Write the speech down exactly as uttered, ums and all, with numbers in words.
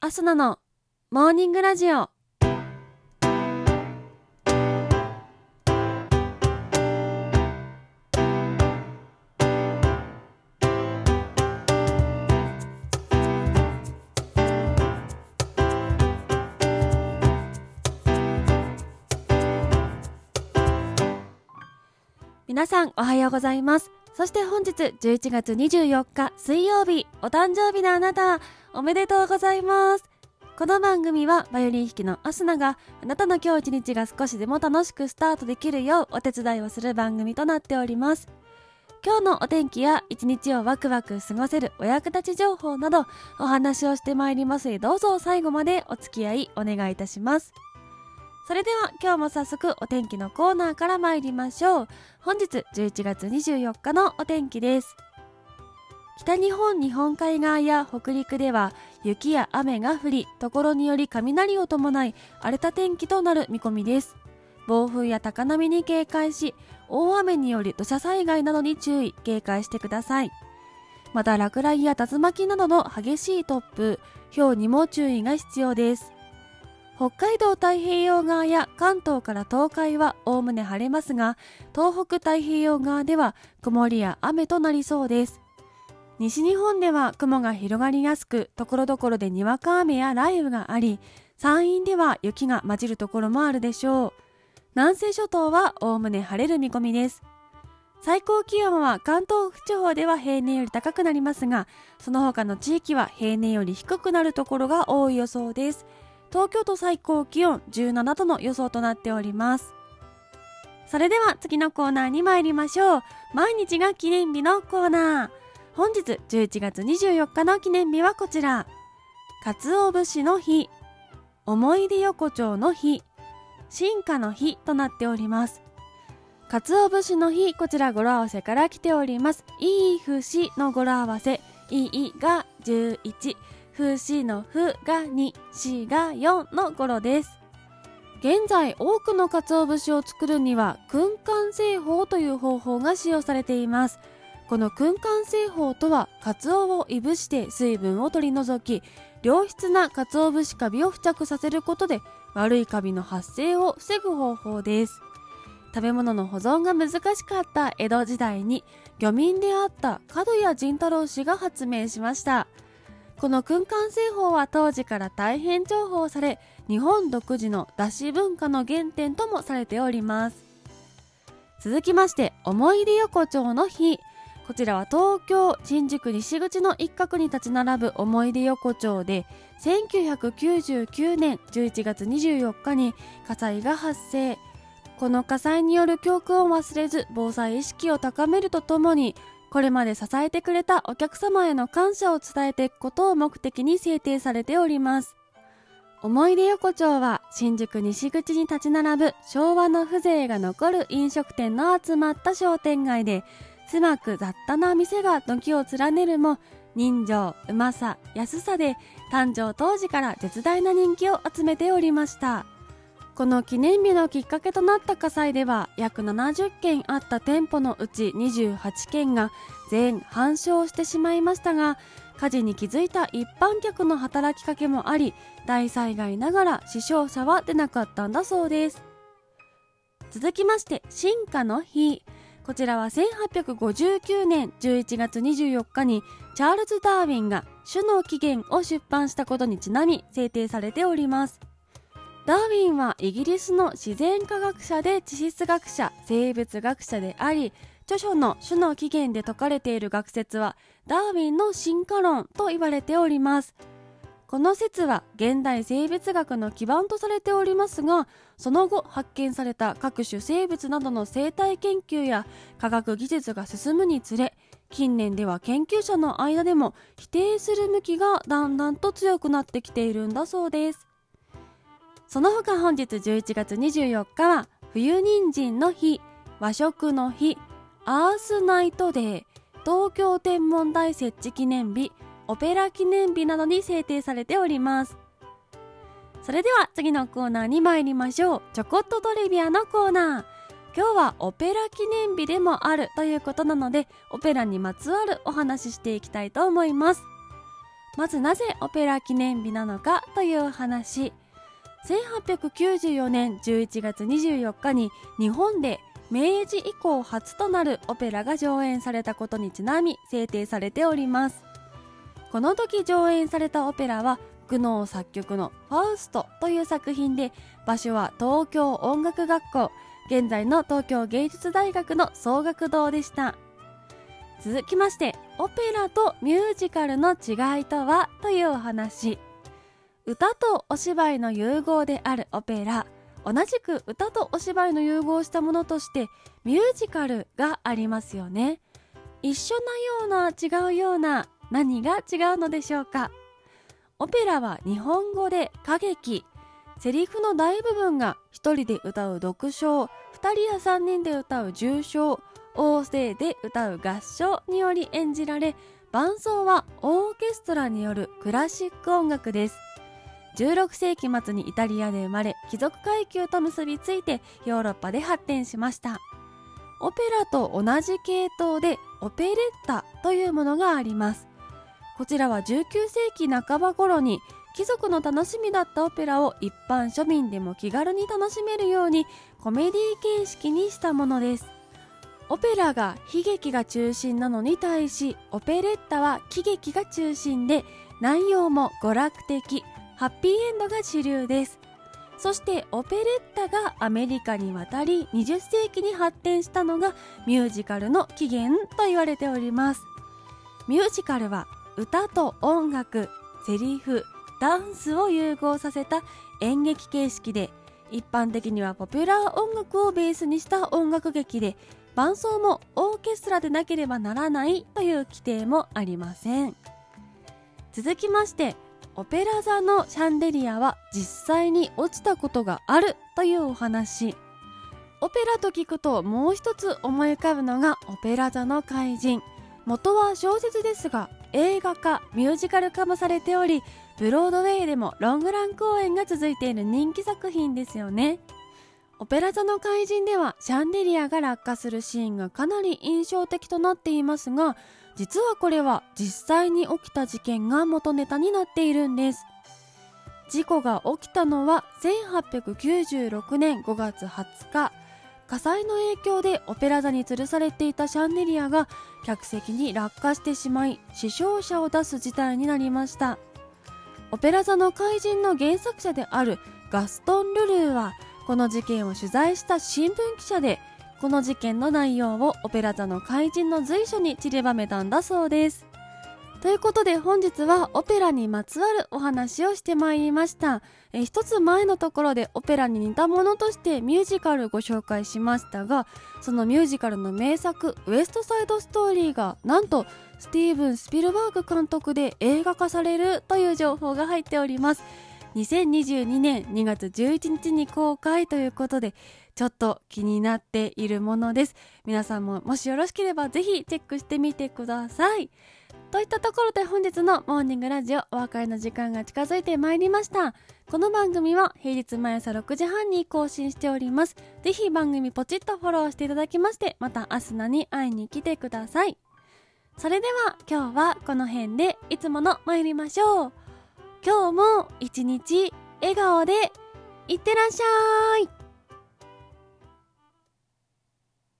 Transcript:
アスナのモーニングラジオ。皆さんおはようございます。そして本日じゅういちがつにじゅうよっか水曜日、お誕生日のあなたおめでとうございます。この番組はバイオリン弾きのアスナがあなたの今日一日が少しでも楽しくスタートできるようお手伝いをする番組となっております。今日のお天気や一日をワクワク過ごせるお役立ち情報などお話をしてまいりますので、どうぞ最後までお付き合いお願いいたします。それでは今日も早速お天気のコーナーから参りましょう。本日じゅういちがつにじゅうよっかのお天気です。北日本日本海側や北陸では雪や雨が降り、ところにより雷を伴い荒れた天気となる見込みです。暴風や高波に警戒し、大雨により土砂災害などに注意警戒してください。また落雷や竜巻などの激しい突風、雹にも注意が必要です。北海道太平洋側や関東から東海はおおむね晴れますが、東北太平洋側では曇りや雨となりそうです。西日本では雲が広がりやすく、ところどころでにわか雨や雷雨があり、山陰では雪が混じるところもあるでしょう。南西諸島はおおむね晴れる見込みです。最高気温は関東地方では平年より高くなりますが、その他の地域は平年より低くなるところが多い予想です。東京都最高気温じゅうななどの予想となっております。それでは次のコーナーに参りましょう。毎日が記念日のコーナー。本日じゅういちがつにじゅうよっかの記念日はこちら。鰹節の日、思い出横丁の日、進化の日となっております。鰹節の日、こちら語呂合わせから来ております。いい節の語呂合わせ、いいがじゅういち、節のふがに、しがよんの語呂です。現在多くの鰹節を作るには燻缶製法という方法が使用されています。この燻缶製法とは、鰹をいぶして水分を取り除き、良質な鰹節カビを付着させることで悪いカビの発生を防ぐ方法です。食べ物の保存が難しかった江戸時代に漁民であった角谷仁太郎氏が発明しました。この燻缶製法は当時から大変重宝され、日本独自の出汁文化の原点ともされております。続きまして、思い出横丁の日。こちらは東京新宿西口の一角に立ち並ぶ思い出横丁で、せんきゅうひゃくきゅうじゅうきゅうねんじゅういちがつにじゅうよっかに火災が発生。この火災による教訓を忘れず、防災意識を高めるとともに、これまで支えてくれたお客様への感謝を伝えていくことを目的に制定されております。思い出横丁は新宿西口に立ち並ぶ昭和の風情が残る飲食店の集まった商店街で、狭く雑多な店が軒を連ねるも、人情、うまさ、安さで誕生当時から絶大な人気を集めておりました。この記念日のきっかけとなった火災では、約ななじゅっけんあった店舗のうちにじゅうはちけんが全半焼してしまいましたが、火事に気づいた一般客の働きかけもあり、大災害ながら死傷者は出なかったんだそうです。続きまして、進化の日。こちらはせんはっぴゃくごじゅうきゅうねんじゅういちがつにじゅうよっかにチャールズ・ダーウィンが種の起源を出版したことにちなみ制定されております。ダーウィンはイギリスの自然科学者で地質学者、生物学者であり、著書の種の起源で説かれている学説はダーウィンの進化論と言われております。この説は現代生物学の基盤とされておりますが、その後発見された各種生物などの生態研究や科学技術が進むにつれ、近年では研究者の間でも否定する向きがだんだんと強くなってきているんだそうです。その他本日じゅういちがつにじゅうよっかは冬人参の日、和食の日、アースナイトデー、東京天文台設置記念日、オペラ記念日などに制定されております。それでは次のコーナーに参りましょう。ちょこっとトリビアのコーナー。今日はオペラ記念日でもあるということなので、オペラにまつわるお話ししていきたいと思います。 まずなぜオペラ記念日なのかという話。せんはっぴゃくきゅうじゅうよねんじゅういちがつにじゅうよっかに日本で明治以降初となるオペラが上演されたことにちなみ制定されております。この時上演されたオペラはグノー作曲のファウストという作品で、場所は東京音楽学校、現在の東京芸術大学の奏楽堂でした。続きまして、オペラとミュージカルの違いとはというお話。歌とお芝居の融合であるオペラ、同じく歌とお芝居の融合したものとしてミュージカルがありますよね。一緒なような違うような、何が違うのでしょうか。オペラは日本語で歌劇、セリフの大部分が一人で歌う独唱、二人や三人で歌う重唱、大勢で歌う合唱により演じられ、伴奏はオーケストラによるクラシック音楽です。じゅうろくせいき末にイタリアで生まれ、貴族階級と結びついてヨーロッパで発展しました。オペラと同じ系統でオペレッタというものがあります。こちらはじゅうきゅうせいきなかば頃に貴族の楽しみだったオペラを一般庶民でも気軽に楽しめるようにコメディ形式にしたものです。オペラが悲劇が中心なのに対し、オペレッタは喜劇が中心で、内容も娯楽的、ハッピーエンドが主流です。そしてオペレッタがアメリカに渡りにじゅっせいきに発展したのがミュージカルの起源と言われております。ミュージカルは歌と音楽、セリフ、ダンスを融合させた演劇形式で、一般的にはポピュラー音楽をベースにした音楽劇で、伴奏もオーケストラでなければならないという規定もありません。続きまして、オペラ座のシャンデリアは実際に落ちたことがあるというお話。オペラと聞くともう一つ思い浮かぶのがオペラ座の怪人。元は小説ですが映画化、ミュージカル化もされており、ブロードウェイでもロングラン公演が続いている人気作品ですよね。オペラ座の怪人ではシャンデリアが落下するシーンがかなり印象的となっていますが、実はこれは実際に起きた事件が元ネタになっているんです。事故が起きたのはせんはっぴゃくきゅうじゅうろくねんごがつはつか、火災の影響でオペラ座に吊るされていたシャンデリアが客席に落下してしまい、死傷者を出す事態になりました。オペラ座の怪人の原作者であるガストン・ルルーはこの事件を取材した新聞記者で、この事件の内容をオペラ座の怪人の随所に散りばめたんだそうです。ということで本日はオペラにまつわるお話をしてまいりました。え一つ前のところでオペラに似たものとしてミュージカルをご紹介しましたが、そのミュージカルの名作ウエストサイドストーリーがなんとスティーブン・スピルバーグ監督で映画化されるという情報が入っております。にせんにじゅうにねんにがつじゅういちにちに公開ということで、ちょっと気になっているものです。皆さんももしよろしければぜひチェックしてみてください。といったところで本日のモーニングラジオお別れの時間が近づいてまいりました。この番組は平日毎朝ろくじはんに更新しております。ぜひ番組ポチッとフォローしていただきまして、またアスナに会いに来てください。それでは今日はこの辺でいつもの参りましょう。今日も一日笑顔でいってらっしゃい。